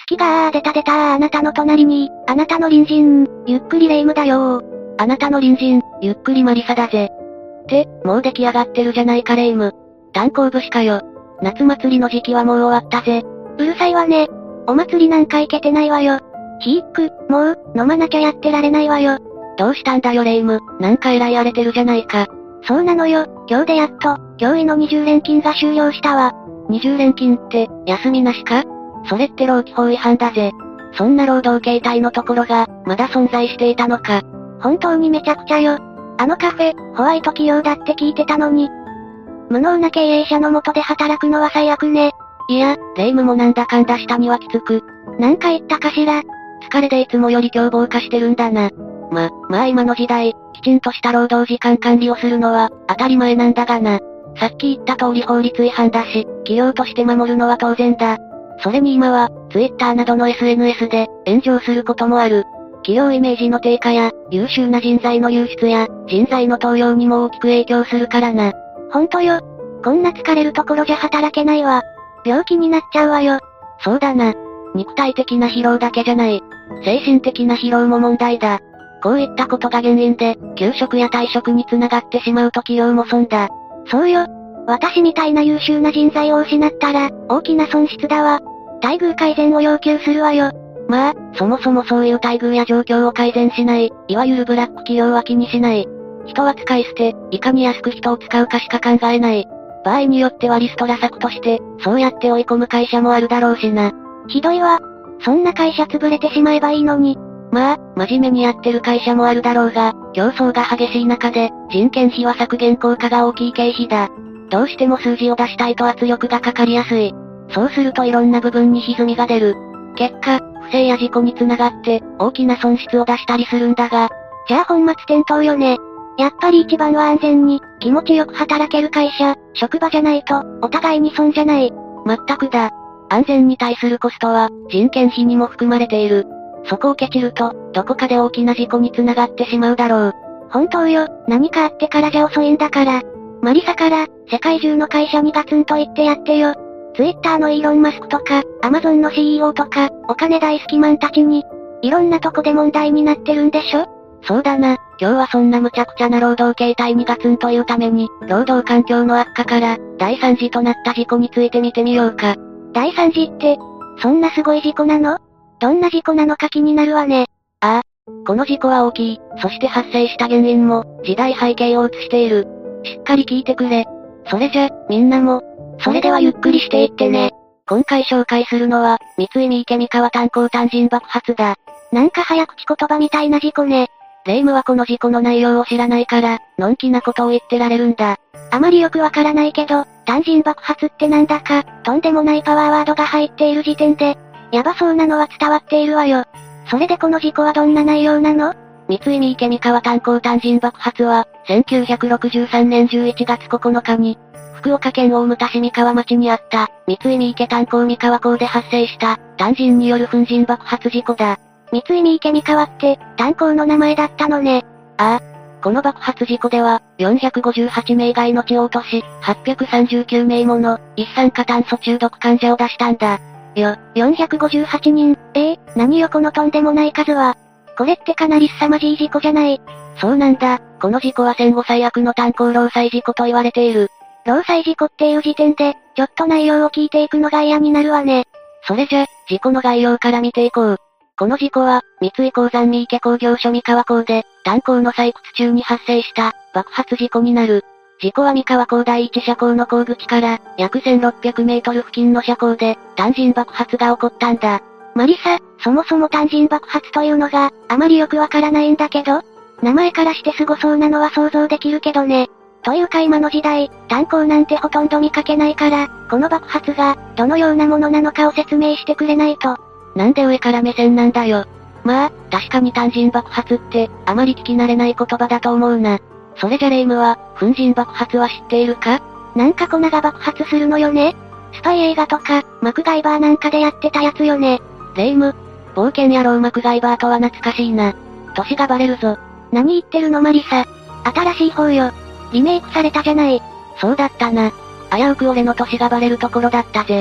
月が出たあなたの隣に、あなたの隣人、ゆっくりレ夢ムだよあなたの隣人、ゆっくりマリサだぜ。って、もう出来上がってるじゃないかレ夢ム。炭鉱節かよ。夏祭りの時期はもう終わったぜ。 うるさいわね。お祭りなんか行けてないわよ。ひーっく、もう、飲まなきゃやってられないわよ。 どうしたんだよレ夢ム、なんか偉い荒れてるじゃないか。 そうなのよ、今日でやっと、驚異の20連勤が終了したわ。 20連勤って、休みなしか？それって労基法違反だぜ。そんな労働形態のところが、まだ存在していたのか。 本当にめちゃくちゃよ。あのカフェ、ホワイト企業だって聞いてたのに。無能な経営者の下で働くのは最悪ね。 いや、レ夢ムもなんだかんだ下にはきつく。 なんか言ったかしら。 疲れでいつもより凶暴化してるんだな。まあ今の時代、きちんとした労働時間管理をするのは、当たり前なんだがな。さっき言った通り法律違反だし、企業として守るのは当然だ。それに今は、Twitter などの SNS で、炎上することもある。企業イメージの低下や、優秀な人材の流出や、人材の登用にも大きく影響するからな。 ほんとよ。こんな疲れるところじゃ働けないわ。病気になっちゃうわよ。 そうだな。肉体的な疲労だけじゃない。精神的な疲労も問題だ。こういったことが原因で、休職や退職につながってしまうと企業も損だ。 そうよ。私みたいな優秀な人材を失ったら、大きな損失だわ。待遇改善を要求するわよ。 まあ、そもそもそういう待遇や状況を改善しない、いわゆるブラック企業は気にしない。人は使い捨て、いかに安く人を使うかしか考えない。場合によってはリストラ策として、そうやって追い込む会社もあるだろうしな。 ひどいわ。そんな会社潰れてしまえばいいのに。 まあ、真面目にやってる会社もあるだろうが、競争が激しい中で、人件費は削減効果が大きい経費だ。どうしても数字を出したいと圧力がかかりやすい。そうするといろんな部分に歪みが出る。結果、不正や事故につながって、大きな損失を出したりするんだが。 じゃあ本末転倒よね。やっぱり一番は安全に、気持ちよく働ける会社、職場じゃないと、お互いに損じゃない。 まったくだ。安全に対するコストは、人件費にも含まれている。そこをケチると、どこかで大きな事故につながってしまうだろう。 本当よ、何かあってからじゃ遅いんだから。マリサから、世界中の会社にガツンと言ってやってよ。Twitter のイーロン・マスクとか、Amazon の CEO とか、お金大好きマンたちに、いろんなとこで問題になってるんでしょ？ そうだな、今日はそんな無茶苦茶な労働形態にガツンと言うために、労働環境の悪化から、大惨事となった事故について見てみようか。 大惨事って、そんなすごい事故なの？どんな事故なのか気になるわね。 ああ、この事故は大きい、そして発生した原因も、時代背景を映している。しっかり聞いてくれ。それじゃ、みんなも。 それではゆっくりしていってね。 今回紹介するのは、三井三池三河炭鉱炭人爆発だ。 なんか早口言葉みたいな事故ね。 レ夢ムはこの事故の内容を知らないから、のんきなことを言ってられるんだ。 あまりよくわからないけど、炭人爆発ってなんだか、とんでもないパワーワードが入っている時点で、やばそうなのは伝わっているわよ。それでこの事故はどんな内容なの？ 三井三池三河炭鉱炭人爆発は、1963年11月9日に、福岡県大牟田市三河町にあった、三井三池炭鉱三河港で発生した、炭人による粉塵爆発事故だ。 三井三池三河って、炭鉱の名前だったのね。 ああ。この爆発事故では、458名が命を落とし、839名もの、一酸化炭素中毒患者を出したんだ。 458人、何よこのとんでもない数は。これってかなり凄まじい事故じゃない。 そうなんだ。この事故は戦後最悪の炭鉱労災事故と言われている。 労災事故っていう時点で、ちょっと内容を聞いていくのが嫌になるわね。 それじゃ、事故の概要から見ていこう。この事故は、三井鉱山三池工業所三河港で、炭鉱の採掘中に発生した、爆発事故になる。事故は三河港第一車港の港口から、約1600メートル付近の車港で、炭人爆発が起こったんだ。 マリサ、そもそも炭人爆発というのが、あまりよくわからないんだけど、名前からして凄そうなのは想像できるけどね。というか今の時代、炭鉱なんてほとんど見かけないから、この爆発が、どのようなものなのかを説明してくれないと。 なんで上から目線なんだよ。まあ、確かに炭人爆発って、あまり聞き慣れない言葉だと思うな。それじゃレ夢ムは、粉塵爆発は知っているか？ なんか粉が爆発するのよね。スパイ映画とか、マクガイバーなんかでやってたやつよね。 レ夢ム、冒険野郎マクガイバーとは懐かしいな。歳がバレるぞ。 何言ってるのマリサ。新しい方よ。リメイクされたじゃない。 そうだったな。危うく俺の歳がバレるところだったぜ。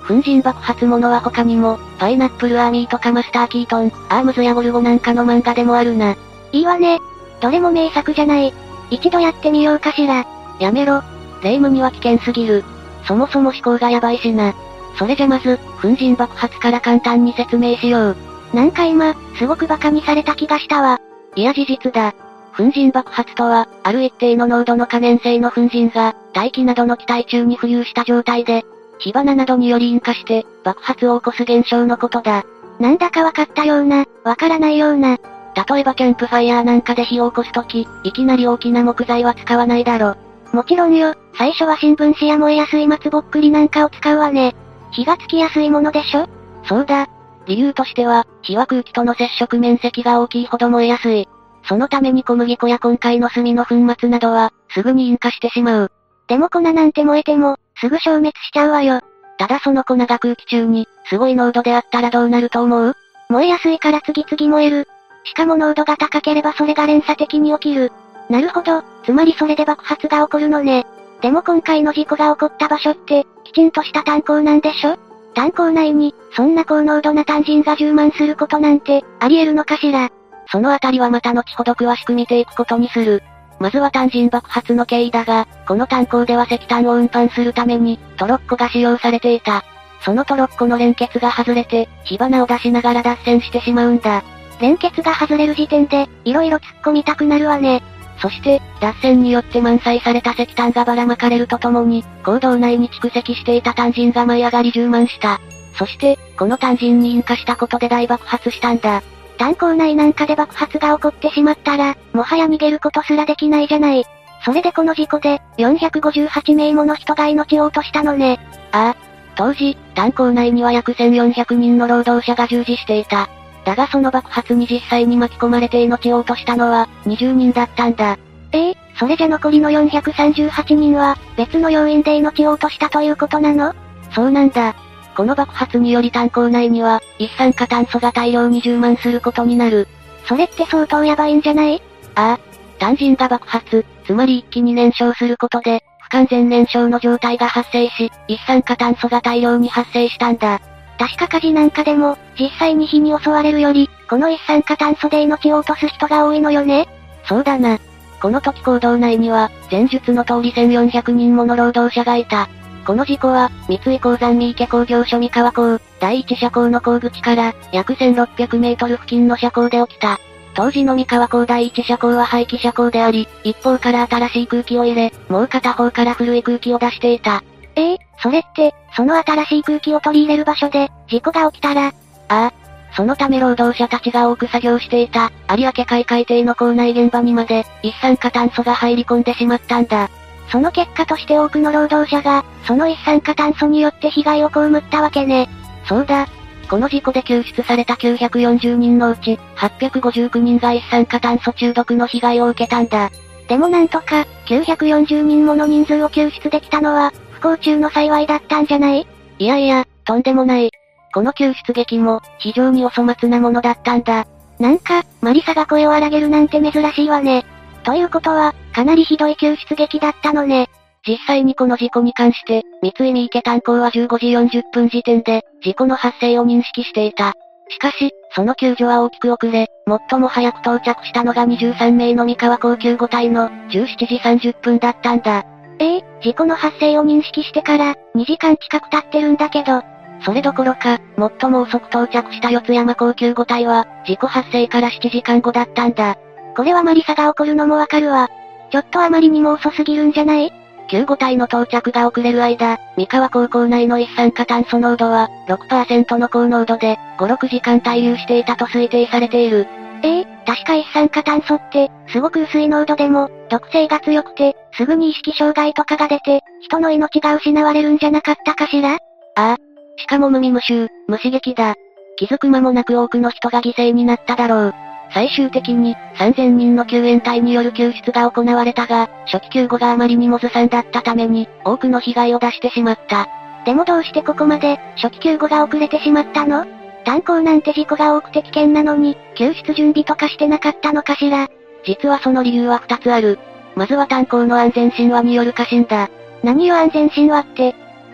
粉塵爆発物は他にも、パイナップルアーミーとかマスターキートン、アームズやゴルゴなんかの漫画でもあるな。 いいわね。どれも名作じゃない。一度やってみようかしら。 やめろ。霊夢には危険すぎる。そもそも思考がやばいしな。それじゃまず、粉塵爆発から簡単に説明しよう。 なんか今、すごく馬鹿にされた気がしたわ。 いや事実だ。粉塵爆発とは、ある一定の濃度の可燃性の粉塵が、大気などの気体中に浮遊した状態で、火花などにより引火して、爆発を起こす現象のことだ。 なんだかわかったような、わからないような。 例えばキャンプファイヤーなんかで火を起こすとき、いきなり大きな木材は使わないだろ。 もちろんよ、最初は新聞紙や燃えやすい松ぼっくりなんかを使うわね。火がつきやすいものでしょ？ そうだ。理由としては、火は空気との接触面積が大きいほど燃えやすい。そのために小麦粉や今回の炭の粉末などは、すぐに引火してしまう。 でも粉なんて燃えても、すぐ消滅しちゃうわよ。 ただその粉が空気中に、すごい濃度であったらどうなると思う？ 燃えやすいから次々燃える。しかも濃度が高ければそれが連鎖的に起きる。なるほど、つまりそれで爆発が起こるのね。でも今回の事故が起こった場所って、きちんとした炭鉱なんでしょ？炭鉱内に、そんな高濃度な炭塵が充満することなんて、あり得るのかしら？ そのあたりはまた後ほど詳しく見ていくことにする。まずは炭塵爆発の経緯だが、この炭鉱では石炭を運搬するために、トロッコが使用されていた。そのトロッコの連結が外れて、火花を出しながら脱線してしまうんだ。 連結が外れる時点で、色々突っ込みたくなるわね。 そして、脱線によって満載された石炭がばらまかれるとともに、坑道内に蓄積していた炭塵が舞い上がり充満した。そして、この炭塵に引火したことで大爆発したんだ。 炭鉱内なんかで爆発が起こってしまったら、もはや逃げることすらできないじゃない。それでこの事故で、458名もの人が命を落としたのね。 ああ。当時、炭鉱内には約1400人の労働者が従事していた。だがその爆発に実際に巻き込まれて命を落としたのは、20人だったんだ。 それじゃ残りの438人は、別の要因で命を落としたということなの？ そうなんだ。この爆発により炭鉱内には、一酸化炭素が大量に充満することになる。 それって相当やばいんじゃない？ ああ。炭塵が爆発、つまり一気に燃焼することで、不完全燃焼の状態が発生し、一酸化炭素が大量に発生したんだ。 確か火事なんかでも、実際に火に襲われるより、この一酸化炭素で命を落とす人が多いのよね。 そうだな。この時坑道内には、前述の通り1400人もの労働者がいた。この事故は、三井鉱山三池工業所三河港、第一車港の港口から、約1600メートル付近の車港で起きた。当時の三河港第一車港は廃棄車港であり、一方から新しい空気を入れ、もう片方から古い空気を出していた。 それって、その新しい空気を取り入れる場所で、事故が起きたら、 ああ。そのため労働者たちが多く作業していた、有明海海底の構内現場にまで、一酸化炭素が入り込んでしまったんだ。 その結果として多くの労働者が、その一酸化炭素によって被害を被ったわけね。 そうだ。この事故で救出された940人のうち、859人が一酸化炭素中毒の被害を受けたんだ。 でもなんとか、940人もの人数を救出できたのは、不幸中の幸いだったんじゃない？ いやいや、とんでもない。この救出劇も、非常にお粗末なものだったんだ。 なんか、マリサが声を荒げるなんて珍しいわね。ということは、かなりひどい救出劇だったのね。 実際にこの事故に関して、三井三池炭鉱は15時40分時点で、事故の発生を認識していた。しかし、その救助は大きく遅れ、最も早く到着したのが23名の三河港救護隊の17時30分だったんだ。 事故の発生を認識してから、2時間近く経ってるんだけど。 それどころか、最も遅く到着した四山港救護隊は、事故発生から7時間後だったんだ。 これはマリサが怒るのもわかるわ。ちょっとあまりにも遅すぎるんじゃない？ 救護隊の到着が遅れる間、三河港構内の一酸化炭素濃度は、6% の高濃度で、5、6時間滞留していたと推定されている。 確か一酸化炭素って、すごく薄い濃度でも、毒性が強くて、すぐに意識障害とかが出て、人の命が失われるんじゃなかったかしら？ ああ。しかも無味無臭、無刺激だ。気づく間もなく多くの人が犠牲になっただろう。最終的に、3000人の救援隊による救出が行われたが、初期救護があまりにもずさんだったために、多くの被害を出してしまった。 でもどうしてここまで、初期救護が遅れてしまったの？炭鉱なんて事故が多くて危険なのに、救出準備とかしてなかったのかしら？ 実はその理由は2つある。まずは炭鉱の安全神話による過信だ。 何よ安全神話って。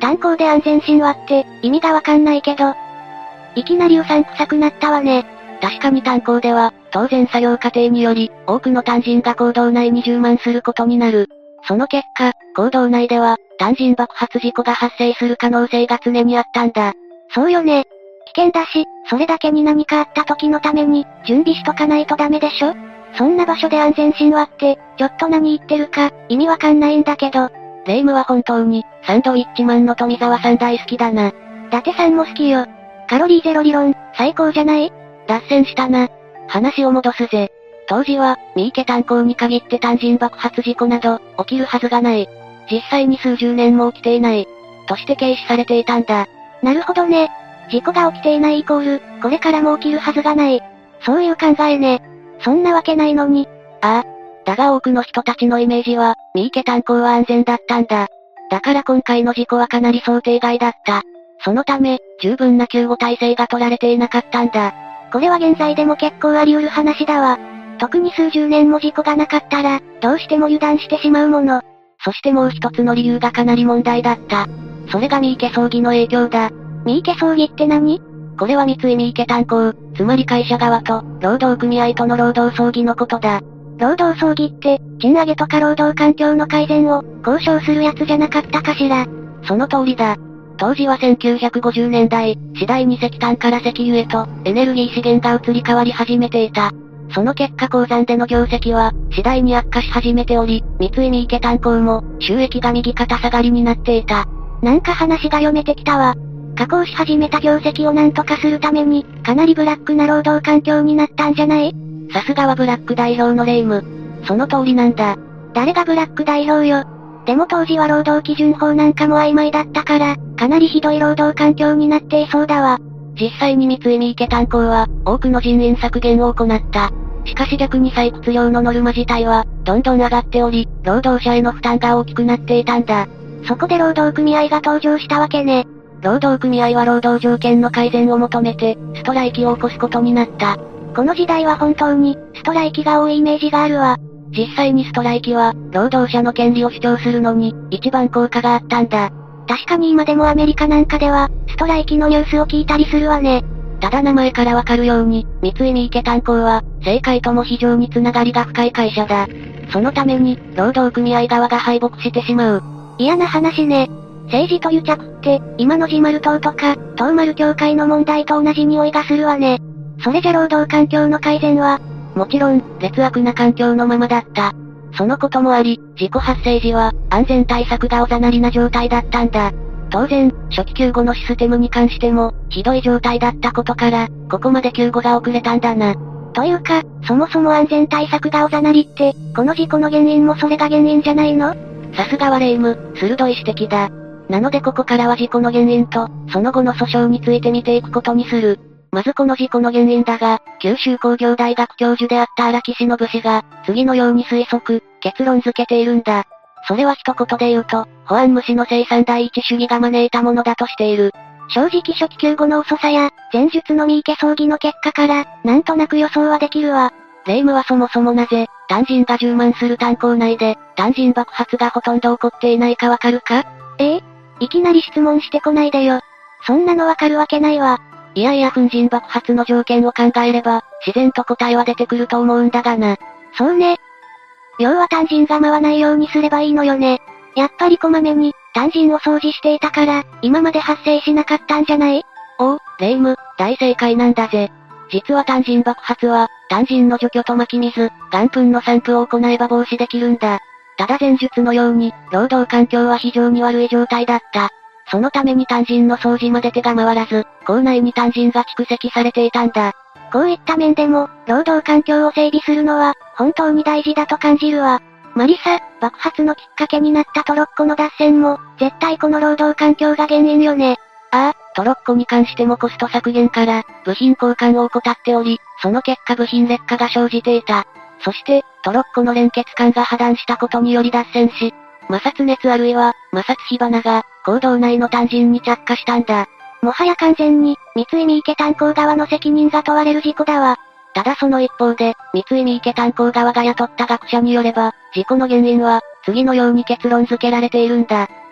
炭鉱で安全神話って、意味がわかんないけど。いきなりうさんくさくなったわね。 確かに炭鉱では、当然作業過程により、多くの炭人が坑道内に充満することになる。その結果、坑道内では、炭人爆発事故が発生する可能性が常にあったんだ。 そうよね。危険だし、それだけに何かあった時のために、準備しとかないとダメでしょ？そんな場所で安全神話って、ちょっと何言ってるか、意味わかんないんだけど。 霊夢は本当に、サンドウィッチマンの富澤さん大好きだな。 伊達さんも好きよ。カロリーゼロ理論、最高じゃない？ 脱線したな。話を戻すぜ。当時は、三池炭鉱に限って炭人爆発事故など、起きるはずがない。実際に数十年も起きていない。として軽視されていたんだ。 なるほどね。事故が起きていないイコール、これからも起きるはずがない。そういう考えね。そんなわけないのに。 ああ。だが多くの人たちのイメージは、三池炭鉱は安全だったんだ。だから今回の事故はかなり想定外だった。そのため、十分な救護体制が取られていなかったんだ。 これは現在でも結構あり得る話だわ。特に数十年も事故がなかったら、どうしても油断してしまうもの。 そしてもう一つの理由がかなり問題だった。それが三池葬儀の影響だ。 三池葬儀って何？ これは三井三池炭鉱、つまり会社側と、労働組合との労働葬儀のことだ。 労働葬儀って、賃上げとか労働環境の改善を、交渉するやつじゃなかったかしら。 その通りだ。当時は1950年代、次第に石炭から石油へと、エネルギー資源が移り変わり始めていた。その結果鉱山での業績は、次第に悪化し始めており、三井三池炭鉱も、収益が右肩下がりになっていた。 なんか話が読めてきたわ。加工し始めた業績をなんとかするために、かなりブラックな労働環境になったんじゃない？ さすがはブラック代表の霊夢。その通りなんだ。 誰がブラック代表よ。でも当時は労働基準法なんかも曖昧だったから、かなりひどい労働環境になっていそうだわ。 実際に三井三池炭鉱は、多くの人員削減を行った。しかし逆に採掘量のノルマ自体は、どんどん上がっており、労働者への負担が大きくなっていたんだ。 そこで労働組合が登場したわけね。 労働組合は労働条件の改善を求めて、ストライキを起こすことになった。 この時代は本当に、ストライキが多いイメージがあるわ。 実際にストライキは、労働者の権利を主張するのに、一番効果があったんだ。 確かに今でもアメリカなんかでは、ストライキのニュースを聞いたりするわね。 ただ名前からわかるように、三井三池炭鉱は、政界とも非常につながりが深い会社だ。そのために、労働組合側が敗北してしまう。 嫌な話ね。政治と癒着って、今のジマル党とか、東丸協会の問題と同じ匂いがするわね。それじゃ労働環境の改善は、 もちろん、劣悪な環境のままだった。そのこともあり、事故発生時は、安全対策がおざなりな状態だったんだ。当然、初期救護のシステムに関しても、ひどい状態だったことから、ここまで救護が遅れたんだな。 というか、そもそも安全対策がおざなりって、この事故の原因もそれが原因じゃないの？ さすがは霊夢、鋭い指摘だ。なのでここからは事故の原因と、その後の訴訟について見ていくことにする。まずこの事故の原因だが、九州工業大学教授であった荒木忍氏が、次のように推測、結論付けているんだ。それは一言で言うと、保安無視の生産第一主義が招いたものだとしている。 正直初期救護の遅さや、前述の三池葬儀の結果から、なんとなく予想はできるわ。 霊夢はそもそもなぜ、炭人が充満する炭鉱内で、炭人爆発がほとんど起こっていないかわかるか？ いきなり質問してこないでよ。そんなのわかるわけないわ。 いやいや粉塵爆発の条件を考えれば、自然と答えは出てくると思うんだがな。 そうね。要は炭人が舞わないようにすればいいのよね。やっぱりこまめに、炭人を掃除していたから、今まで発生しなかったんじゃない？ おう、霊夢、大正解なんだぜ。実は炭人爆発は、炭人の除去と巻き水、岩粉の散布を行えば防止できるんだ。ただ前述のように、労働環境は非常に悪い状態だった。そのために炭人の掃除まで手が回らず、構内に炭人が蓄積されていたんだ。 こういった面でも、労働環境を整備するのは、本当に大事だと感じるわ。マリサ、爆発のきっかけになったトロッコの脱線も、絶対この労働環境が原因よね。 ああ、トロッコに関してもコスト削減から、部品交換を怠っており、その結果部品劣化が生じていた。そして、トロッコの連結管が破断したことにより脱線し、摩擦熱あるいは、摩擦火花が、坑道内の炭人に着火したんだ。 もはや完全に、三井三池炭鉱側の責任が問われる事故だわ。 ただその一方で、三井三池炭鉱側が雇った学者によれば、事故の原因は、次のように結論付けられているんだ。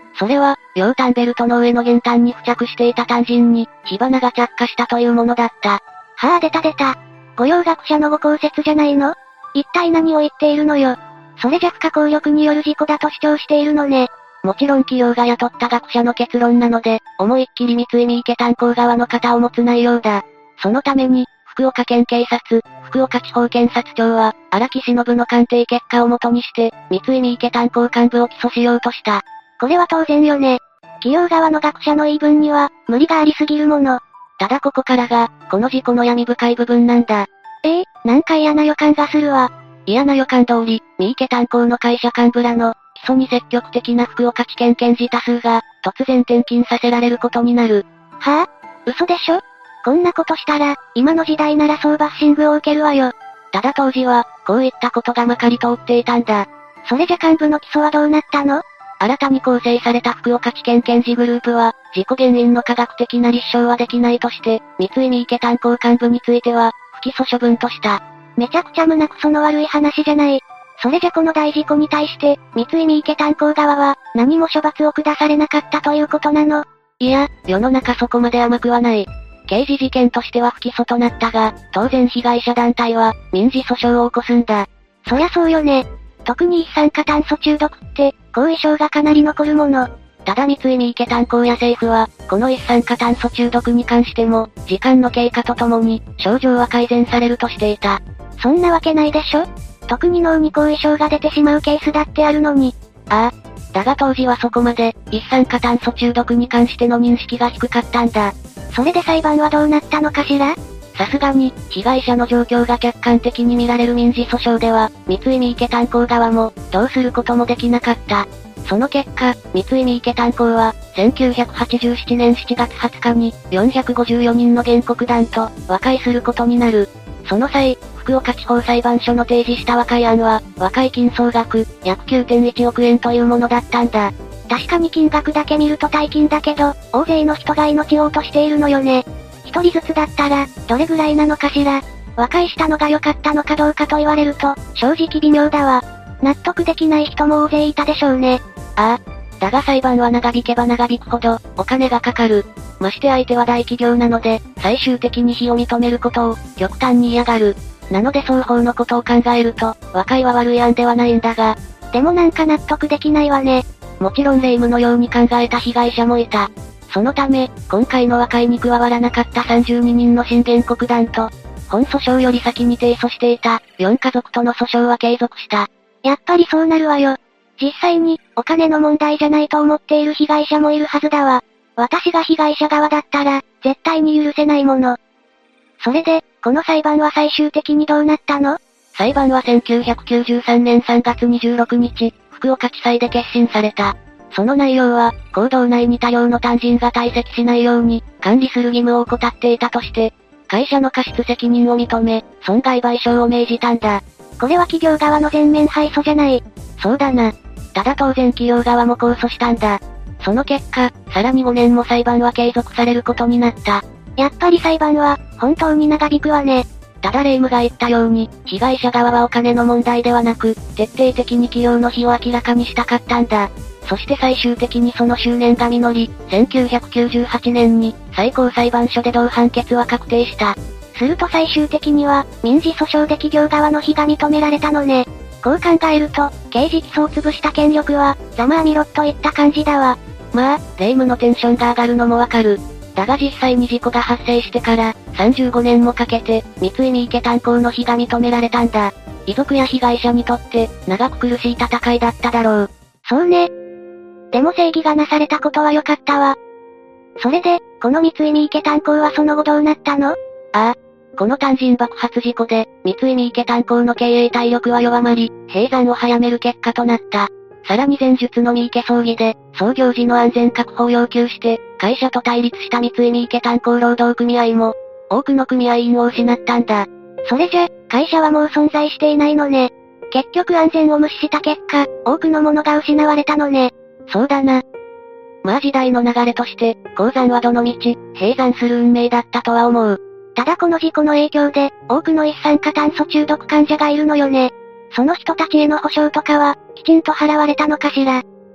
それは、両端ベルトの上の玄関に付着していた単人に、火花が着火したというものだった。 はあ出た出た。御用学者のご考説じゃないの？一体何を言っているのよ。それじゃ不可抗力による事故だと主張しているのね。 もちろん企業が雇った学者の結論なので、思いっきり三井三池炭鉱側の肩を持つ内容だ。そのために、福岡県警察、福岡地方検察庁は、荒木忍の鑑定結果をもとにして、三井三池炭鉱幹部を起訴しようとした。 これは当然よね。企業側の学者の言い分には、無理がありすぎるもの。 ただここからが、この事故の闇深い部分なんだ。 なんか嫌な予感がするわ。 嫌な予感通り、三池炭鉱の会社幹部らの、起訴に積極的な福岡地検検事多数が、突然転勤させられることになる。 はぁ、嘘でしょ？こんなことしたら、今の時代ならそうバッシングを受けるわよ。 ただ当時は、こういったことがまかり通っていたんだ。 それじゃ幹部の起訴はどうなったの？ 新たに構成された福岡地検検事グループは、事故原因の科学的な立証はできないとして、三井三池炭鉱幹部については、不起訴処分とした。 めちゃくちゃ胸くその悪い話じゃない。それじゃこの大事故に対して、三井三池炭鉱側は、何も処罰を下されなかったということなの？ いや、世の中そこまで甘くはない。刑事事件としては不起訴となったが、当然被害者団体は、民事訴訟を起こすんだ。 そりゃそうよね。特に一酸化炭素中毒って、後遺症がかなり残るもの。 ただ三井三池炭鉱や政府は、この一酸化炭素中毒に関しても、時間の経過とともに、症状は改善されるとしていた。 そんなわけないでしょ？特に脳に後遺症が出てしまうケースだってあるのに。 ああ。だが当時はそこまで、一酸化炭素中毒に関しての認識が低かったんだ。 それで裁判はどうなったのかしら？ さすがに、被害者の状況が客観的に見られる民事訴訟では、三井三池炭鉱側も、どうすることもできなかった。その結果、三井三池炭鉱は、1987年7月20日に、454人の原告団と、和解することになる。その際、福岡地方裁判所の提示した和解案は、和解金総額、約 9.1 億円というものだったんだ。 確かに金額だけ見ると大金だけど、大勢の人が命を落としているのよね。一人ずつだったら、どれぐらいなのかしら。和解したのが良かったのかどうかと言われると、正直微妙だわ。納得できない人も大勢いたでしょうね。 ああ。だが裁判は長引けば長引くほど、お金がかかる。まして相手は大企業なので、最終的に非を認めることを、極端に嫌がる。なので双方のことを考えると、和解は悪い案ではないんだが。 でもなんか納得できないわね。 もちろん霊夢のように考えた被害者もいた。そのため、今回の和解に加わらなかった32人の新原告団と、本訴訟より先に提訴していた、4家族との訴訟は継続した。 やっぱりそうなるわよ。実際に、お金の問題じゃないと思っている被害者もいるはずだわ。私が被害者側だったら、絶対に許せないもの。それで、この裁判は最終的にどうなったの？ 裁判は1993年3月26日、福岡地裁で結審された。その内容は、坑道内に多量の単人が堆積しないように、管理する義務を怠っていたとして、会社の過失責任を認め、損害賠償を命じたんだ。 これは企業側の全面敗訴じゃない。 そうだな。ただ当然企業側も控訴したんだ。その結果、さらに5年も裁判は継続されることになった。 やっぱり裁判は、本当に長引くわね。 ただ霊夢が言ったように、被害者側はお金の問題ではなく、徹底的に企業の非を明らかにしたかったんだ。そして最終的にその執念が実り、1998年に、最高裁判所で同判決は確定した。 すると最終的には、民事訴訟で企業側の非が認められたのね。こう考えると、刑事起訴を潰した権力は、ざまあみろといった感じだわ。 まあ、霊夢のテンションが上がるのもわかる。だが実際に事故が発生してから、35年もかけて、三井三池炭鉱の非が認められたんだ。遺族や被害者にとって、長く苦しい戦いだっただろう。 そうね。でも正義がなされたことは良かったわ。それで、この三井三池炭鉱はその後どうなったの？ ああ。この単人爆発事故で、三井三池炭鉱の経営体力は弱まり、閉山を早める結果となった。さらに前述の三池葬儀で、操業時の安全確保を要求して、会社と対立した三井三池炭鉱労働組合も、多くの組合員を失ったんだ。 それじゃ、会社はもう存在していないのね。結局安全を無視した結果、多くのものが失われたのね。 そうだな。まあ時代の流れとして、鉱山はどの道、閉山する運命だったとは思う。 ただこの事故の影響で、多くの一酸化炭素中毒患者がいるのよね。その人たちへの補償とかは、きちんと払われたのかしら。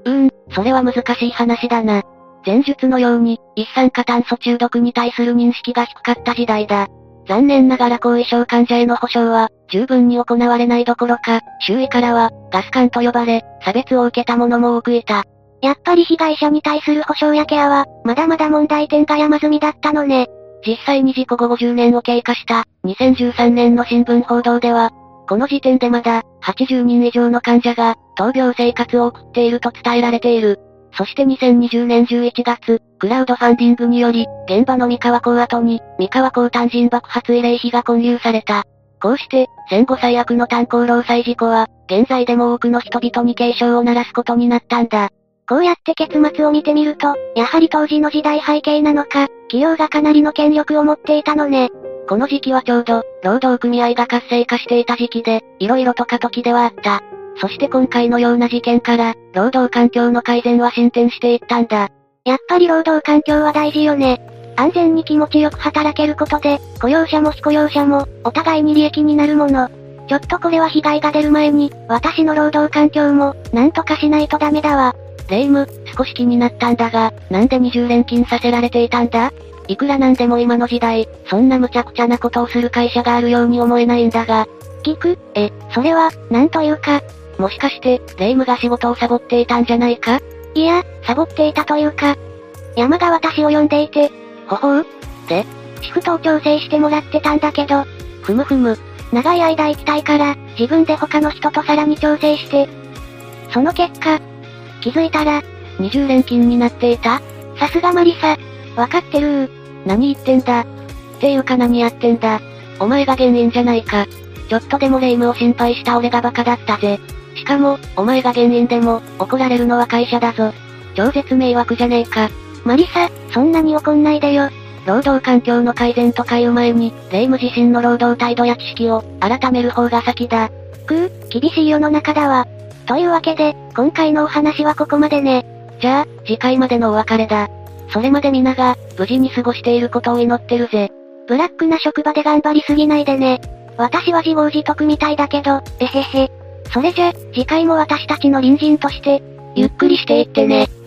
それは難しい話だな。前述のように、一酸化炭素中毒に対する認識が低かった時代だ。残念ながら後遺症患者への保障は、十分に行われないどころか、周囲からは、ガス管と呼ばれ、差別を受けた者も多くいた。 やっぱり被害者に対する保障やケアは、まだまだ問題点が山積みだったのね。 実際に事故後50年を経過した、2013年の新聞報道では、この時点でまだ、80人以上の患者が、闘病生活を送っていると伝えられている。そして2020年11月、クラウドファンディングにより、現場の三河港跡に、三河港炭人爆発慰霊碑が建立された。こうして、戦後最悪の炭鉱労災事故は、現在でも多くの人々に警鐘を鳴らすことになったんだ。 こうやって結末を見てみると、やはり当時の時代背景なのか、企業がかなりの権力を持っていたのね。 この時期はちょうど、労働組合が活性化していた時期で、色々と過渡期ではあった。そして今回のような事件から、労働環境の改善は進展していったんだ。 やっぱり労働環境は大事よね。安全に気持ちよく働けることで、雇用者も非雇用者も、お互いに利益になるもの。ちょっとこれは被害が出る前に、私の労働環境も、なんとかしないとダメだわ。 霊夢、少し気になったんだが、なんで20連勤させられていたんだ？いくらなんでも今の時代、そんな無茶苦茶なことをする会社があるように思えないんだが。 それは、なんというか。 もしかして、霊夢が仕事をサボっていたんじゃないか？ いや、サボっていたというか。山が私を呼んでいて。 ほほう？で？ シフトを調整してもらってたんだけど。 ふむふむ。 長い間行きたいから、自分で他の人とさらに調整して。その結果、気づいたら、 20連勤になっていた？ さすがマリサ。わかってる何言ってんだ。っていうか何やってんだ。お前が原因じゃないか。ちょっとでも霊夢を心配した俺がバカだったぜ。しかも、お前が原因でも、怒られるのは会社だぞ。超絶迷惑じゃねえか。 マリサ、そんなに怒んないでよ。 労働環境の改善とか言う前に、霊夢自身の労働態度や知識を、改める方が先だ。 厳しい世の中だわ。というわけで、今回のお話はここまでね。 じゃあ、次回までのお別れだ。それまで皆が、無事に過ごしていることを祈ってるぜ。 ブラックな職場で頑張りすぎないでね。私は自業自得みたいだけど、えへへ。それじゃ、次回も私たちの隣人として、 ゆっくりしていってね。